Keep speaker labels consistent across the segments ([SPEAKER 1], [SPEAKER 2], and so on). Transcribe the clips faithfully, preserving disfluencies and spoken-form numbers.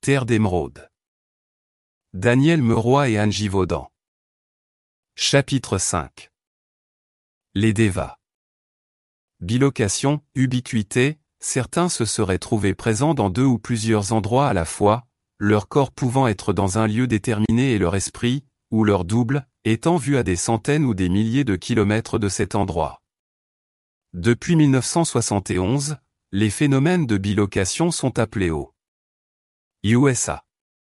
[SPEAKER 1] Terre d'émeraude. Daniel Meroy et Anne Givaudan. Chapitre cinq. Les Devas. Bilocation, ubiquité, certains se seraient trouvés présents dans deux ou plusieurs endroits à la fois, leur corps pouvant être dans un lieu déterminé et leur esprit, ou leur double, étant vu à des centaines ou des milliers de kilomètres de cet endroit. Depuis mille neuf cent soixante et onze, les phénomènes de bilocation sont appelés O U S A.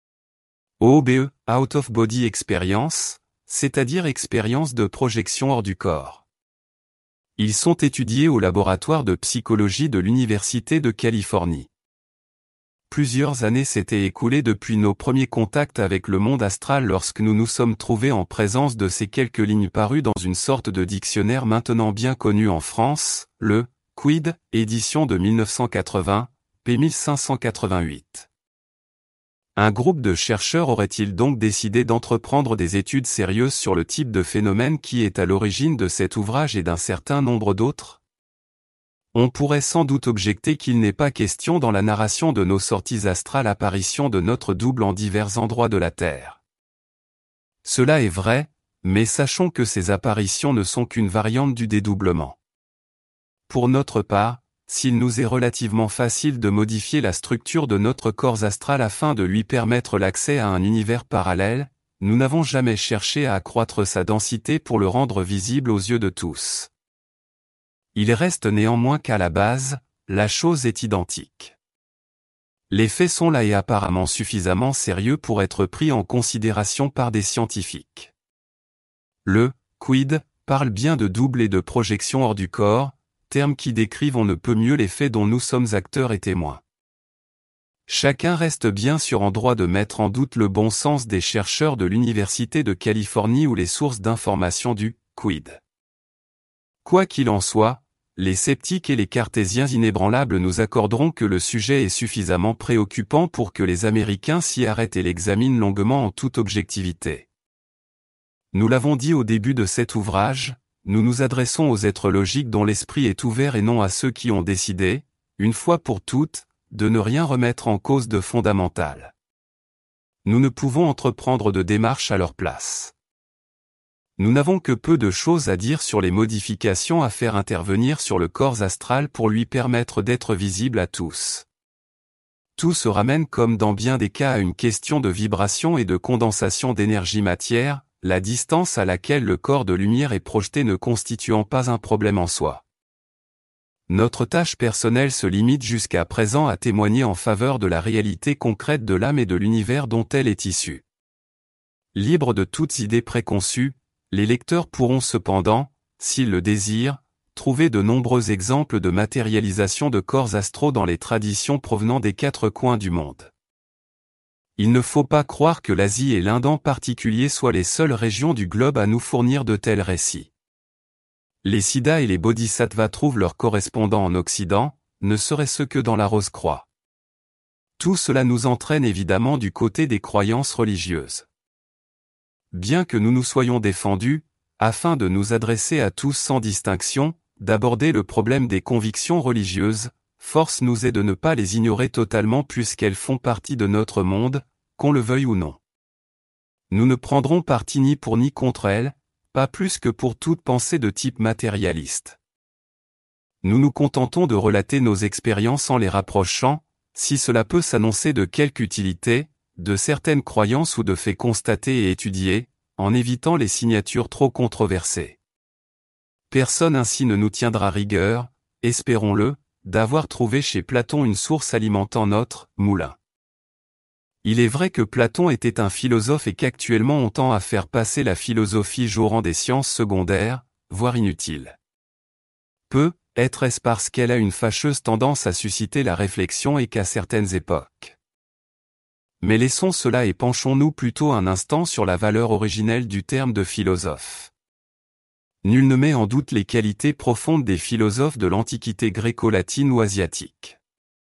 [SPEAKER 1] O B E, Out of Body Experience, c'est-à-dire expérience de projection hors du corps. Ils sont étudiés au laboratoire de psychologie de l'Université de Californie. Plusieurs années s'étaient écoulées depuis nos premiers contacts avec le monde astral lorsque nous nous sommes trouvés en présence de ces quelques lignes parues dans une sorte de dictionnaire maintenant bien connu en France, le Quid, édition de mille neuf cent quatre-vingts, p. mille cinq cent quatre-vingt-huit. Un groupe de chercheurs aurait-il donc décidé d'entreprendre des études sérieuses sur le type de phénomène qui est à l'origine de cet ouvrage et d'un certain nombre d'autres ? On pourrait sans doute objecter qu'il n'est pas question dans la narration de nos sorties astrales apparition de notre double en divers endroits de la Terre. Cela est vrai, mais sachons que ces apparitions ne sont qu'une variante du dédoublement. Pour notre part, s'il nous est relativement facile de modifier la structure de notre corps astral afin de lui permettre l'accès à un univers parallèle, nous n'avons jamais cherché à accroître sa densité pour le rendre visible aux yeux de tous. Il reste néanmoins qu'à la base, la chose est identique. Les faits sont là et apparemment suffisamment sérieux pour être pris en considération par des scientifiques. Le « quid » parle bien de double et de projection hors du corps, termes qui décrivent on ne peut mieux les faits dont nous sommes acteurs et témoins. Chacun reste bien sûr en droit de mettre en doute le bon sens des chercheurs de l'Université de Californie ou les sources d'information du « quid ». Quoi qu'il en soit, les sceptiques et les cartésiens inébranlables nous accorderont que le sujet est suffisamment préoccupant pour que les Américains s'y arrêtent et l'examinent longuement en toute objectivité. Nous l'avons dit au début de cet ouvrage, nous nous adressons aux êtres logiques dont l'esprit est ouvert et non à ceux qui ont décidé, une fois pour toutes, de ne rien remettre en cause de fondamental. Nous ne pouvons entreprendre de démarche à leur place. Nous n'avons que peu de choses à dire sur les modifications à faire intervenir sur le corps astral pour lui permettre d'être visible à tous. Tout se ramène comme dans bien des cas à une question de vibration et de condensation d'énergie-matière, la distance à laquelle le corps de lumière est projeté ne constituant pas un problème en soi. Notre tâche personnelle se limite jusqu'à présent à témoigner en faveur de la réalité concrète de l'âme et de l'univers dont elle est issue. Libres de toutes idées préconçues, les lecteurs pourront cependant, s'ils le désirent, trouver de nombreux exemples de matérialisation de corps astraux dans les traditions provenant des quatre coins du monde. Il ne faut pas croire que l'Asie et l'Inde en particulier soient les seules régions du globe à nous fournir de tels récits. Les Siddhas et les Bodhisattvas trouvent leurs correspondants en Occident, ne serait-ce que dans la Rose-Croix. Tout cela nous entraîne évidemment du côté des croyances religieuses. Bien que nous nous soyons défendus, afin de nous adresser à tous sans distinction, d'aborder le problème des convictions religieuses, force nous est de ne pas les ignorer totalement puisqu'elles font partie de notre monde, qu'on le veuille ou non. Nous ne prendrons parti ni pour ni contre elles, pas plus que pour toute pensée de type matérialiste. Nous nous contentons de relater nos expériences en les rapprochant, si cela peut s'annoncer de quelque utilité, de certaines croyances ou de faits constatés et étudiés, en évitant les signatures trop controversées. Personne ainsi ne nous tiendra rigueur, espérons-le, d'avoir trouvé chez Platon une source alimentant notre « moulin ». Il est vrai que Platon était un philosophe et qu'actuellement on tend à faire passer la philosophie au rang des sciences secondaires, voire inutiles. Peu, est-ce parce qu'elle a une fâcheuse tendance à susciter la réflexion et qu'à certaines époques. Mais laissons cela et penchons-nous plutôt un instant sur la valeur originelle du terme de philosophe. Nul ne met en doute les qualités profondes des philosophes de l'Antiquité gréco-latine ou asiatique.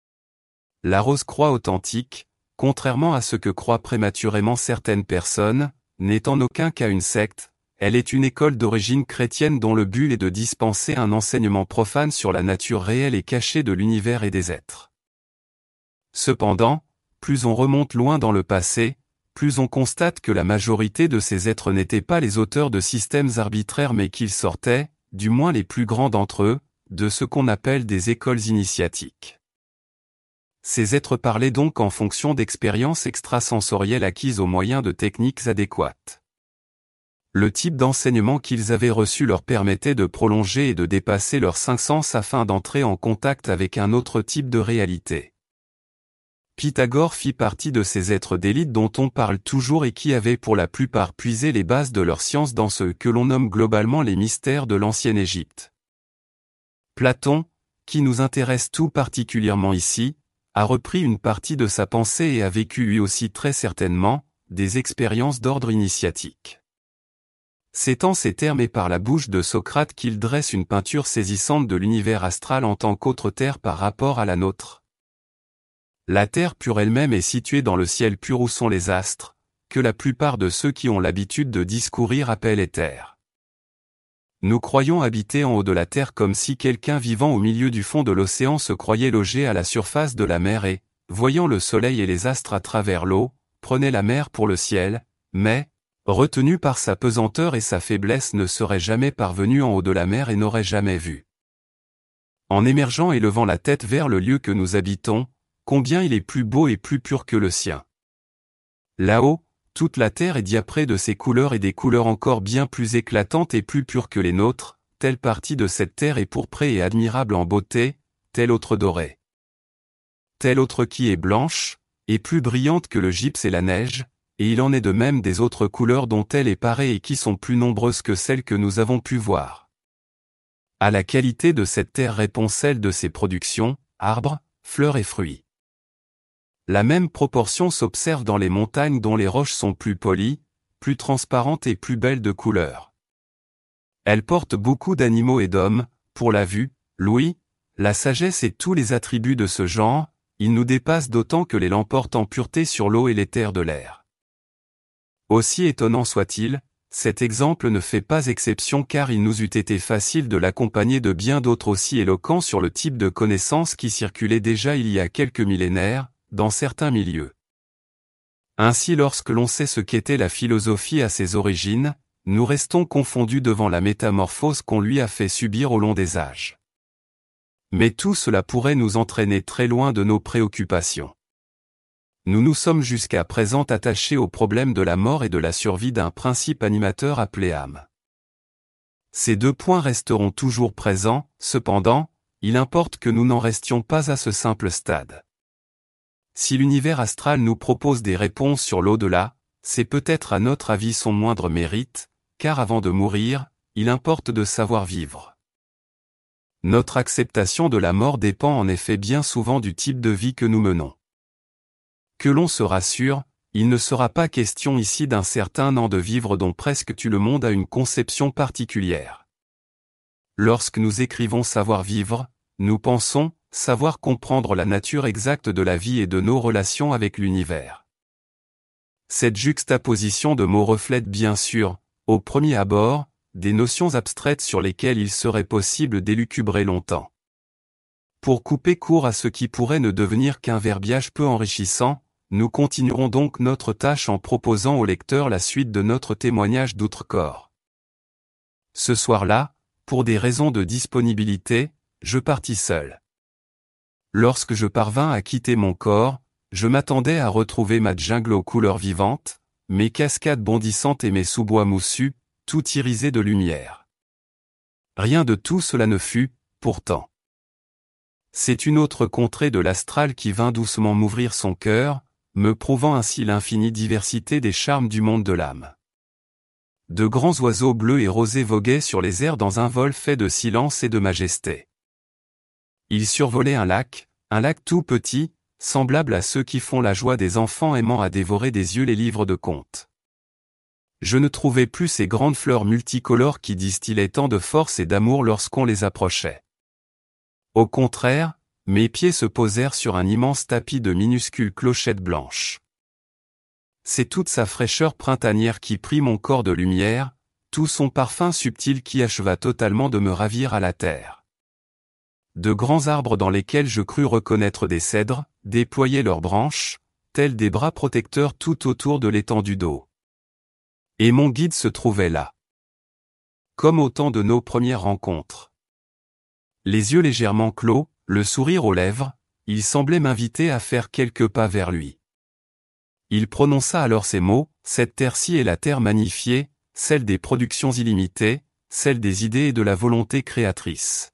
[SPEAKER 1] La Rose-Croix authentique, contrairement à ce que croient prématurément certaines personnes, n'est en aucun cas une secte, elle est une école d'origine chrétienne dont le but est de dispenser un enseignement profane sur la nature réelle et cachée de l'univers et des êtres. Cependant, plus on remonte loin dans le passé, plus on constate que la majorité de ces êtres n'étaient pas les auteurs de systèmes arbitraires mais qu'ils sortaient, du moins les plus grands d'entre eux, de ce qu'on appelle des écoles initiatiques. Ces êtres parlaient donc en fonction d'expériences extrasensorielles acquises au moyen de techniques adéquates. Le type d'enseignement qu'ils avaient reçu leur permettait de prolonger et de dépasser leurs cinq sens afin d'entrer en contact avec un autre type de réalité. Pythagore fit partie de ces êtres d'élite dont on parle toujours et qui avaient pour la plupart puisé les bases de leur science dans ce que l'on nomme globalement les mystères de l'ancienne Égypte. Platon, qui nous intéresse tout particulièrement ici, a repris une partie de sa pensée et a vécu lui aussi très certainement des expériences d'ordre initiatique. C'est en ces termes et par la bouche de Socrate qu'il dresse une peinture saisissante de l'univers astral en tant qu'autre terre par rapport à la nôtre. La terre pure elle-même est située dans le ciel pur où sont les astres, que la plupart de ceux qui ont l'habitude de discourir appellent éther. Nous croyons habiter en haut de la terre comme si quelqu'un vivant au milieu du fond de l'océan se croyait logé à la surface de la mer et, voyant le soleil et les astres à travers l'eau, prenait la mer pour le ciel, mais, retenu par sa pesanteur et sa faiblesse ne serait jamais parvenu en haut de la mer et n'aurait jamais vu. En émergeant et levant la tête vers le lieu que nous habitons, combien il est plus beau et plus pur que le sien. Là-haut, toute la terre est diaprée de ses couleurs et des couleurs encore bien plus éclatantes et plus pures que les nôtres, telle partie de cette terre est pourprée et admirable en beauté, telle autre dorée. Telle autre qui est blanche, et plus brillante que le gypse et la neige, et il en est de même des autres couleurs dont elle est parée et qui sont plus nombreuses que celles que nous avons pu voir. À la qualité de cette terre répond celle de ses productions, arbres, fleurs et fruits. La même proportion s'observe dans les montagnes dont les roches sont plus polies, plus transparentes et plus belles de couleur. Elles portent beaucoup d'animaux et d'hommes, pour la vue, l'ouïe, la sagesse et tous les attributs de ce genre, ils nous dépassent d'autant que les l'emportent en pureté sur l'eau et l'éther de l'air. Aussi étonnant soit-il, cet exemple ne fait pas exception car il nous eût été facile de l'accompagner de bien d'autres aussi éloquents sur le type de connaissances qui circulaient déjà il y a quelques millénaires, dans certains milieux. Ainsi lorsque l'on sait ce qu'était la philosophie à ses origines, nous restons confondus devant la métamorphose qu'on lui a fait subir au long des âges. Mais tout cela pourrait nous entraîner très loin de nos préoccupations. Nous nous sommes jusqu'à présent attachés au problème de la mort et de la survie d'un principe animateur appelé âme. Ces deux points resteront toujours présents, cependant, il importe que nous n'en restions pas à ce simple stade. Si l'univers astral nous propose des réponses sur l'au-delà, c'est peut-être à notre avis son moindre mérite, car avant de mourir, il importe de savoir vivre. Notre acceptation de la mort dépend en effet bien souvent du type de vie que nous menons. Que l'on se rassure, il ne sera pas question ici d'un certain an de vivre dont presque tout le monde a une conception particulière. Lorsque nous écrivons savoir vivre, nous pensons savoir comprendre la nature exacte de la vie et de nos relations avec l'univers. Cette juxtaposition de mots reflète bien sûr, au premier abord, des notions abstraites sur lesquelles il serait possible d'élucubrer longtemps. Pour couper court à ce qui pourrait ne devenir qu'un verbiage peu enrichissant, nous continuerons donc notre tâche en proposant au lecteur la suite de notre témoignage d'outre-corps. Ce soir-là, pour des raisons de disponibilité, je partis seul. Lorsque je parvins à quitter mon corps, je m'attendais à retrouver ma jungle aux couleurs vivantes, mes cascades bondissantes et mes sous-bois moussus, tout irisés de lumière. Rien de tout cela ne fut, pourtant. C'est une autre contrée de l'astral qui vint doucement m'ouvrir son cœur, me prouvant ainsi l'infinie diversité des charmes du monde de l'âme. De grands oiseaux bleus et rosés voguaient sur les airs dans un vol fait de silence et de majesté. Ils survolaient un lac, un lac tout petit, semblable à ceux qui font la joie des enfants aimant à dévorer des yeux les livres de contes. Je ne trouvais plus ces grandes fleurs multicolores qui distillaient tant de force et d'amour lorsqu'on les approchait. Au contraire, mes pieds se posèrent sur un immense tapis de minuscules clochettes blanches. C'est toute sa fraîcheur printanière qui prit mon corps de lumière, tout son parfum subtil qui acheva totalement de me ravir à la terre. De grands arbres dans lesquels je crus reconnaître des cèdres, déployaient leurs branches, tels des bras protecteurs tout autour de l'étendue d'eau. Et mon guide se trouvait là. Comme au temps de nos premières rencontres. Les yeux légèrement clos, le sourire aux lèvres, il semblait m'inviter à faire quelques pas vers lui. Il prononça alors ces mots, « Cette terre-ci est la terre magnifiée, celle des productions illimitées, celle des idées et de la volonté créatrice.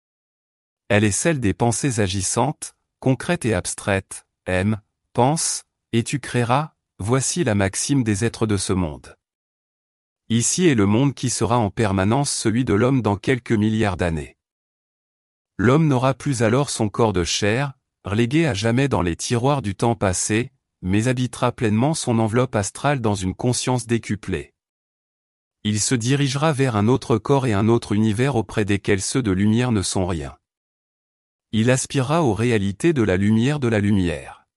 [SPEAKER 1] Elle est celle des pensées agissantes, concrètes et abstraites, aime, pense, et tu créeras, voici la maxime des êtres de ce monde. Ici est le monde qui sera en permanence celui de l'homme dans quelques milliards d'années. L'homme n'aura plus alors son corps de chair, relégué à jamais dans les tiroirs du temps passé, mais habitera pleinement son enveloppe astrale dans une conscience décuplée. Il se dirigera vers un autre corps et un autre univers auprès desquels ceux de lumière ne sont rien. Il aspirera aux réalités de la lumière de la lumière.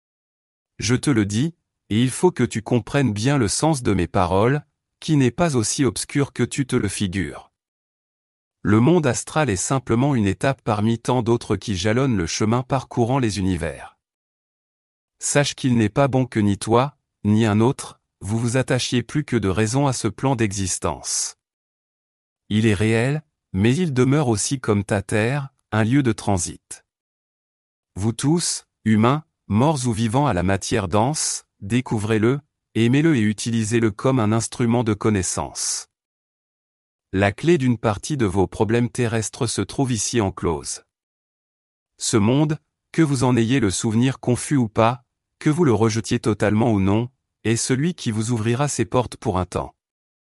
[SPEAKER 1] Je te le dis, et il faut que tu comprennes bien le sens de mes paroles, qui n'est pas aussi obscur que tu te le figures. Le monde astral est simplement une étape parmi tant d'autres qui jalonnent le chemin parcourant les univers. Sache qu'il n'est pas bon que ni toi, ni un autre, vous vous attachiez plus que de raison à ce plan d'existence. Il est réel, mais il demeure aussi comme ta terre, un lieu de transit. Vous tous, humains, morts ou vivants à la matière dense, découvrez-le, aimez-le et utilisez-le comme un instrument de connaissance. La clé d'une partie de vos problèmes terrestres se trouve ici enclose. Ce monde, que vous en ayez le souvenir confus ou pas, que vous le rejetiez totalement ou non, est celui qui vous ouvrira ses portes pour un temps.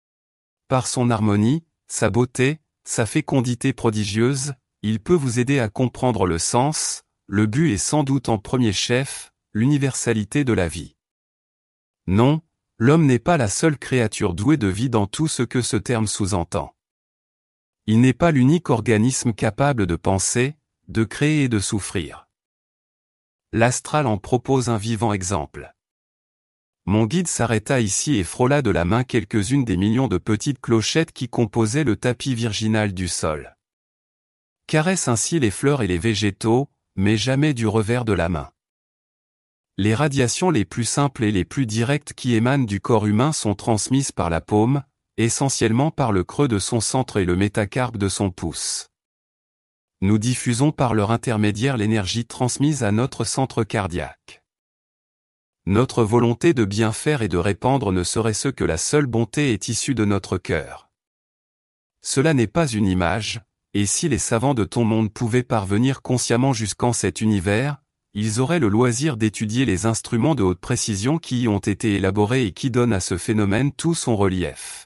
[SPEAKER 1] Par son harmonie, sa beauté, sa fécondité prodigieuse, il peut vous aider à comprendre le sens, le but et sans doute en premier chef, l'universalité de la vie. Non, l'homme n'est pas la seule créature douée de vie dans tout ce que ce terme sous-entend. Il n'est pas l'unique organisme capable de penser, de créer et de souffrir. L'astral en propose un vivant exemple. Mon guide s'arrêta ici et frôla de la main quelques-unes des millions de petites clochettes qui composaient le tapis virginal du sol. Caresse ainsi les fleurs et les végétaux, mais jamais du revers de la main. Les radiations les plus simples et les plus directes qui émanent du corps humain sont transmises par la paume, essentiellement par le creux de son centre et le métacarpe de son pouce. Nous diffusons par leur intermédiaire l'énergie transmise à notre centre cardiaque. Notre volonté de bien faire et de répandre ne serait ce que la seule bonté est issue de notre cœur. Cela n'est pas une image, et si les savants de ton monde pouvaient parvenir consciemment jusqu'en cet univers, ils auraient le loisir d'étudier les instruments de haute précision qui y ont été élaborés et qui donnent à ce phénomène tout son relief.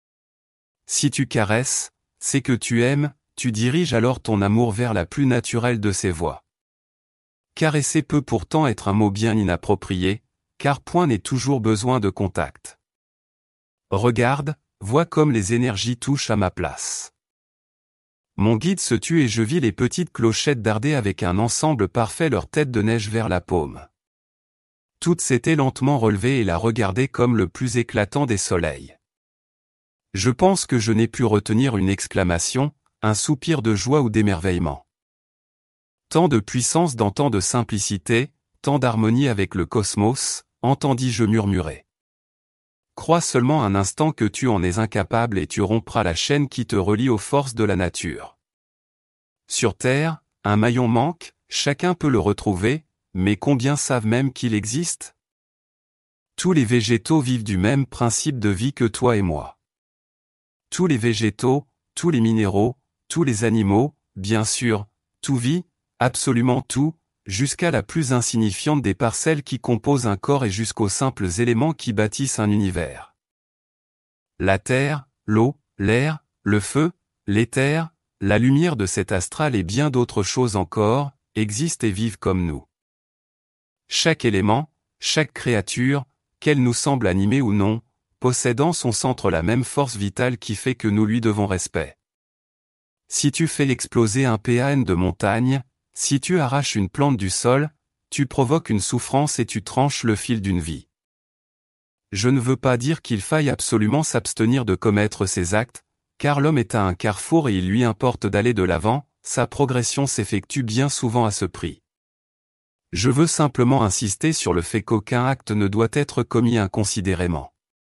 [SPEAKER 1] Si tu caresses, c'est que tu aimes, tu diriges alors ton amour vers la plus naturelle de ses voies. Caresser peut pourtant être un mot bien inapproprié, car point n'est toujours besoin de contact. Regarde, vois comme les énergies touchent à ma place. Mon guide se tut et je vis les petites clochettes darder avec un ensemble parfait leur tête de neige vers la paume. Toutes s'étaient lentement relevées et la regardaient comme le plus éclatant des soleils. Je pense que je n'ai pu retenir une exclamation, un soupir de joie ou d'émerveillement. Tant de puissance dans tant de simplicité, tant d'harmonie avec le cosmos, entendis-je murmurer. Crois seulement un instant que tu en es incapable et tu rompras la chaîne qui te relie aux forces de la nature. Sur Terre, un maillon manque, chacun peut le retrouver, mais combien savent même qu'il existe? Tous les végétaux vivent du même principe de vie que toi et moi. Tous les végétaux, tous les minéraux, tous les animaux, bien sûr, tout vit, absolument tout, jusqu'à la plus insignifiante des parcelles qui composent un corps et jusqu'aux simples éléments qui bâtissent un univers. La terre, l'eau, l'air, le feu, l'éther, la lumière de cet astral et bien d'autres choses encore, existent et vivent comme nous. Chaque élément, chaque créature, qu'elle nous semble animée ou non, possède en son centre la même force vitale qui fait que nous lui devons respect. Si tu fais exploser un pan de montagne, si tu arraches une plante du sol, tu provoques une souffrance et tu tranches le fil d'une vie. Je ne veux pas dire qu'il faille absolument s'abstenir de commettre ces actes, car l'homme est à un carrefour et il lui importe d'aller de l'avant, sa progression s'effectue bien souvent à ce prix. Je veux simplement insister sur le fait qu'aucun acte ne doit être commis inconsidérément.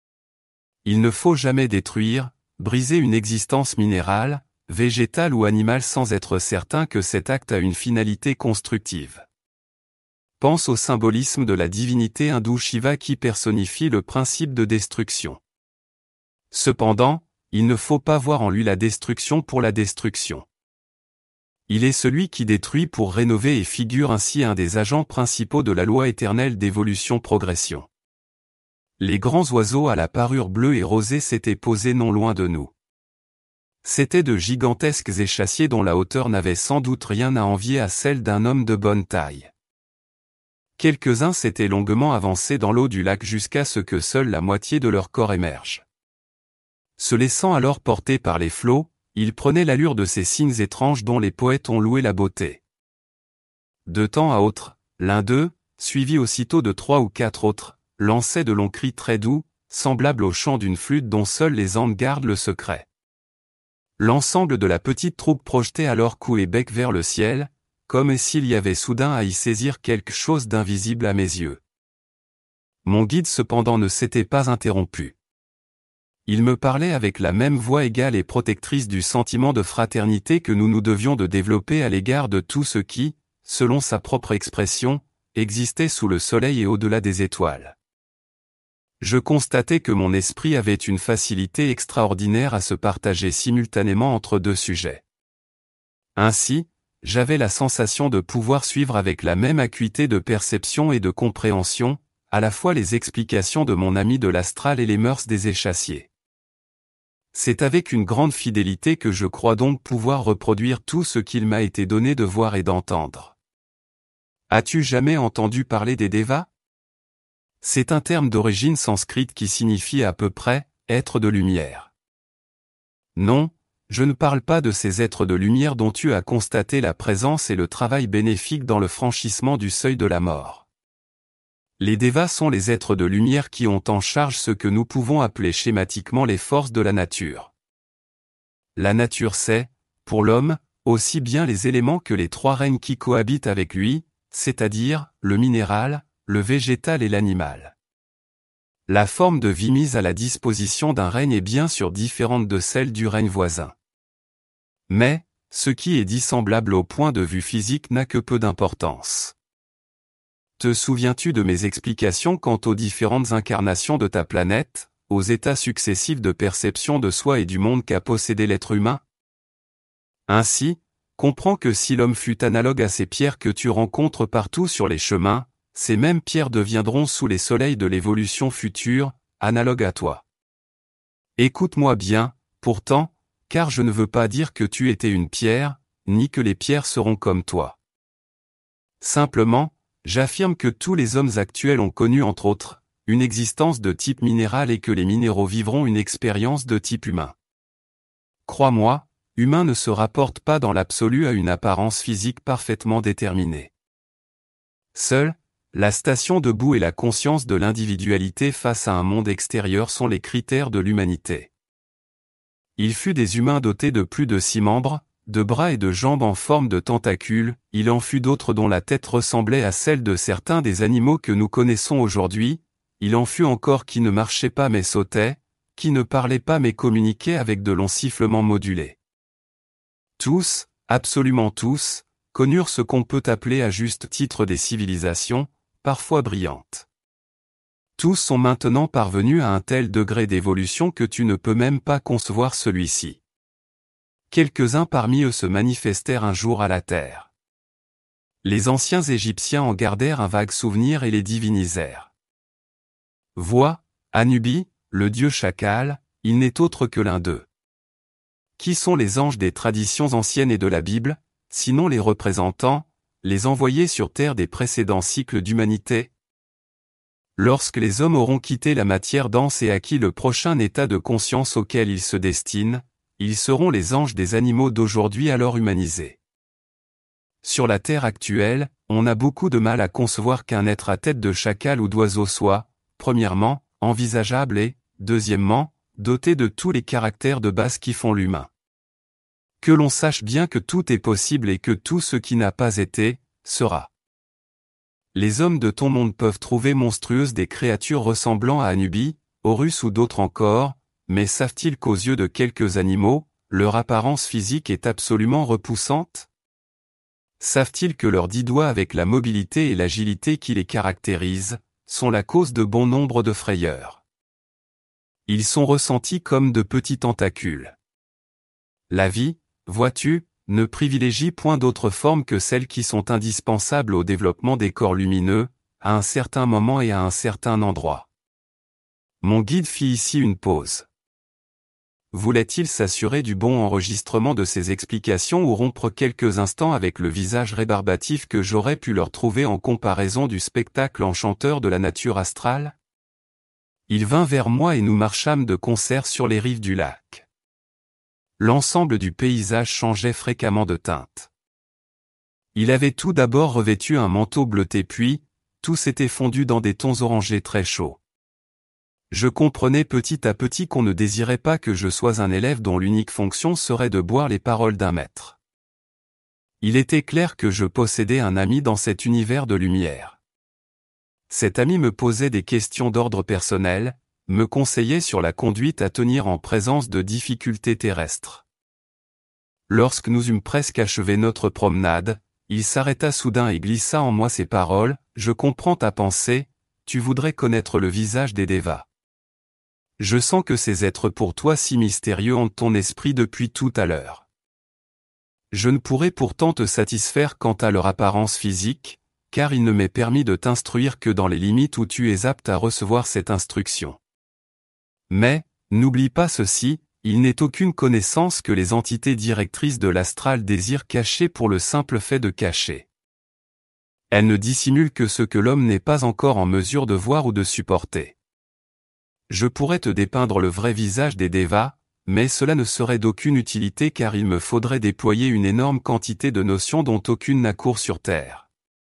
[SPEAKER 1] Il ne faut jamais détruire, briser une existence minérale, végétale ou animale sans être certain que cet acte a une finalité constructive. Pense au symbolisme de la divinité hindoue Shiva qui personnifie le principe de destruction. Cependant, il ne faut pas voir en lui la destruction pour la destruction. Il est celui qui détruit pour rénover et figure ainsi un des agents principaux de la loi éternelle d'évolution-progression. Les grands oiseaux à la parure bleue et rosée s'étaient posés non loin de nous. C'étaient de gigantesques échassiers dont la hauteur n'avait sans doute rien à envier à celle d'un homme de bonne taille. Quelques-uns s'étaient longuement avancés dans l'eau du lac jusqu'à ce que seule la moitié de leur corps émerge. Se laissant alors porter par les flots, ils prenaient l'allure de ces signes étranges dont les poètes ont loué la beauté. De temps à autre, l'un d'eux, suivi aussitôt de trois ou quatre autres, lançait de longs cris très doux, semblables au chant d'une flûte dont seuls les Andes gardent le secret. L'ensemble de la petite troupe projetait alors cou et bec vers le ciel, comme s'il y avait soudain à y saisir quelque chose d'invisible à mes yeux. Mon guide cependant ne s'était pas interrompu. Il me parlait avec la même voix égale et protectrice du sentiment de fraternité que nous nous devions de développer à l'égard de tout ce qui, selon sa propre expression, existait sous le soleil et au-delà des étoiles. Je constatais que mon esprit avait une facilité extraordinaire à se partager simultanément entre deux sujets. Ainsi, j'avais la sensation de pouvoir suivre avec la même acuité de perception et de compréhension, à la fois les explications de mon ami de l'astral et les mœurs des échassiers. C'est avec une grande fidélité que je crois donc pouvoir reproduire tout ce qu'il m'a été donné de voir et d'entendre. As-tu jamais entendu parler des Devas ? C'est un terme d'origine sanscrite qui signifie à peu près « être de lumière ». Non, je ne parle pas de ces êtres de lumière dont tu as constaté la présence et le travail bénéfique dans le franchissement du seuil de la mort. Les Devas sont les êtres de lumière qui ont en charge ce que nous pouvons appeler schématiquement les forces de la nature. La nature c'est, pour l'homme, aussi bien les éléments que les trois règnes qui cohabitent avec lui, c'est-à-dire le minéral, le végétal et l'animal. La forme de vie mise à la disposition d'un règne est bien sûr différente de celle du règne voisin. Mais, ce qui est dissemblable au point de vue physique n'a que peu d'importance. Te souviens-tu de mes explications quant aux différentes incarnations de ta planète, aux états successifs de perception de soi et du monde qu'a possédé l'être humain ? Ainsi, comprends que si l'homme fut analogue à ces pierres que tu rencontres partout sur les chemins, ces mêmes pierres deviendront sous les soleils de l'évolution future, analogues à toi. Écoute-moi bien, pourtant, car je ne veux pas dire que tu étais une pierre, ni que les pierres seront comme toi. Simplement, j'affirme que tous les hommes actuels ont connu entre autres, une existence de type minéral et que les minéraux vivront une expérience de type humain. Crois-moi, humain ne se rapporte pas dans l'absolu à une apparence physique parfaitement déterminée. Seule, la station debout et la conscience de l'individualité face à un monde extérieur sont les critères de l'humanité. Il fut des humains dotés de plus de six membres, de bras et de jambes en forme de tentacules, il en fut d'autres dont la tête ressemblait à celle de certains des animaux que nous connaissons aujourd'hui, il en fut encore qui ne marchaient pas mais sautaient, qui ne parlaient pas mais communiquaient avec de longs sifflements modulés. Tous, absolument tous, connurent ce qu'on peut appeler à juste titre des civilisations, parfois brillantes. Tous sont maintenant parvenus à un tel degré d'évolution que tu ne peux même pas concevoir celui-ci. Quelques-uns parmi eux se manifestèrent un jour à la terre. Les anciens Égyptiens en gardèrent un vague souvenir et les divinisèrent. Vois, Anubi, le dieu chacal, il n'est autre que l'un d'eux. Qui sont les anges des traditions anciennes et de la Bible, sinon les représentants, les envoyés sur terre des précédents cycles d'humanité ? Lorsque les hommes auront quitté la matière dense et acquis le prochain état de conscience auquel ils se destinent, ils seront les anges des animaux d'aujourd'hui alors humanisés. Sur la terre actuelle, on a beaucoup de mal à concevoir qu'un être à tête de chacal ou d'oiseau soit, premièrement, envisageable et, deuxièmement, doté de tous les caractères de base qui font l'humain. Que l'on sache bien que tout est possible et que tout ce qui n'a pas été, sera. Les hommes de ton monde peuvent trouver monstrueuses des créatures ressemblant à Anubis, Horus ou d'autres encore, mais savent-ils qu'aux yeux de quelques animaux, leur apparence physique est absolument repoussante? Savent-ils que leurs dix doigts avec la mobilité et l'agilité qui les caractérisent, sont la cause de bon nombre de frayeurs? Ils sont ressentis comme de petits tentacules. La vie, vois-tu, ne privilégie point d'autres formes que celles qui sont indispensables au développement des corps lumineux, à un certain moment et à un certain endroit. Mon guide fit ici une pause. Voulait-il s'assurer du bon enregistrement de ces explications ou rompre quelques instants avec le visage rébarbatif que j'aurais pu leur trouver en comparaison du spectacle enchanteur de la nature astrale? Il vint vers moi et nous marchâmes de concert sur les rives du lac. L'ensemble du paysage changeait fréquemment de teinte. Il avait tout d'abord revêtu un manteau bleuté puis, tout s'était fondu dans des tons orangés très chauds. Je comprenais petit à petit qu'on ne désirait pas que je sois un élève dont l'unique fonction serait de boire les paroles d'un maître. Il était clair que je possédais un ami dans cet univers de lumière. Cet ami me posait des questions d'ordre personnel, me conseillait sur la conduite à tenir en présence de difficultés terrestres. Lorsque nous eûmes presque achevé notre promenade, il s'arrêta soudain et glissa en moi ces paroles: « Je comprends ta pensée, tu voudrais connaître le visage des dévas. Je sens que ces êtres pour toi si mystérieux hantent ton esprit depuis tout à l'heure. Je ne pourrai pourtant te satisfaire quant à leur apparence physique, car il ne m'est permis de t'instruire que dans les limites où tu es apte à recevoir cette instruction. Mais, n'oublie pas ceci, il n'est aucune connaissance que les entités directrices de l'astral désirent cacher pour le simple fait de cacher. Elles ne dissimulent que ce que l'homme n'est pas encore en mesure de voir ou de supporter. Je pourrais te dépeindre le vrai visage des dévas, mais cela ne serait d'aucune utilité car il me faudrait déployer une énorme quantité de notions dont aucune n'accourt sur Terre.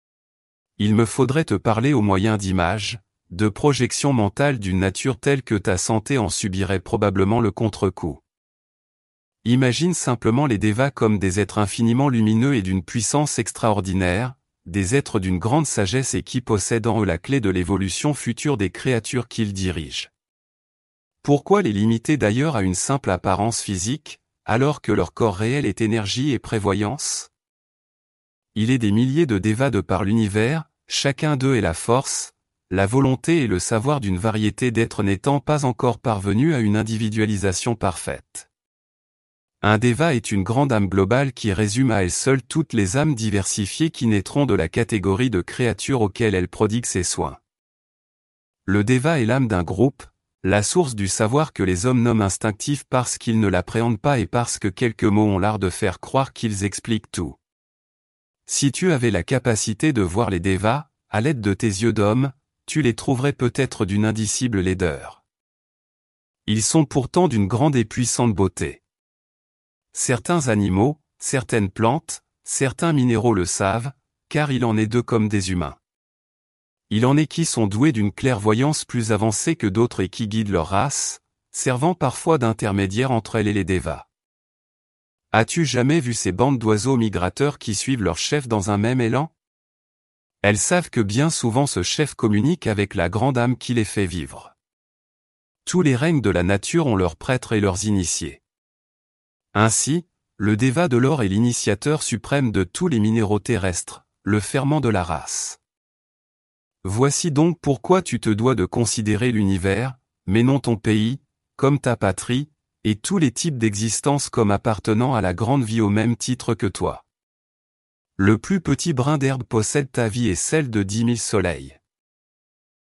[SPEAKER 1] Il me faudrait te parler au moyen d'images, de projections mentales d'une nature telle que ta santé en subirait probablement le contre-coup. Imagine simplement les dévas comme des êtres infiniment lumineux et d'une puissance extraordinaire, des êtres d'une grande sagesse et qui possèdent en eux la clé de l'évolution future des créatures qu'ils dirigent. Pourquoi les limiter d'ailleurs à une simple apparence physique, alors que leur corps réel est énergie et prévoyance? Il est des milliers de dévas de par l'univers, chacun d'eux est la force, la volonté et le savoir d'une variété d'êtres n'étant pas encore parvenus à une individualisation parfaite. Un déva est une grande âme globale qui résume à elle seule toutes les âmes diversifiées qui naîtront de la catégorie de créatures auxquelles elle prodigue ses soins. Le déva est l'âme d'un groupe, la source du savoir que les hommes nomment instinctif parce qu'ils ne l'appréhendent pas et parce que quelques mots ont l'art de faire croire qu'ils expliquent tout. Si tu avais la capacité de voir les dévas, à l'aide de tes yeux d'homme, tu les trouverais peut-être d'une indicible laideur. Ils sont pourtant d'une grande et puissante beauté. Certains animaux, certaines plantes, certains minéraux le savent, car il en est d'eux comme des humains. Il en est qui sont doués d'une clairvoyance plus avancée que d'autres et qui guident leur race, servant parfois d'intermédiaire entre elles et les dévas. As-tu jamais vu ces bandes d'oiseaux migrateurs qui suivent leur chef dans un même élan? Elles savent que bien souvent ce chef communique avec la grande âme qui les fait vivre. Tous les règnes de la nature ont leurs prêtres et leurs initiés. Ainsi, le déva de l'or est l'initiateur suprême de tous les minéraux terrestres, le ferment de la race. Voici donc pourquoi tu te dois de considérer l'univers, mais non ton pays, comme ta patrie, et tous les types d'existence comme appartenant à la grande vie au même titre que toi. Le plus petit brin d'herbe possède ta vie et celle de dix mille soleils.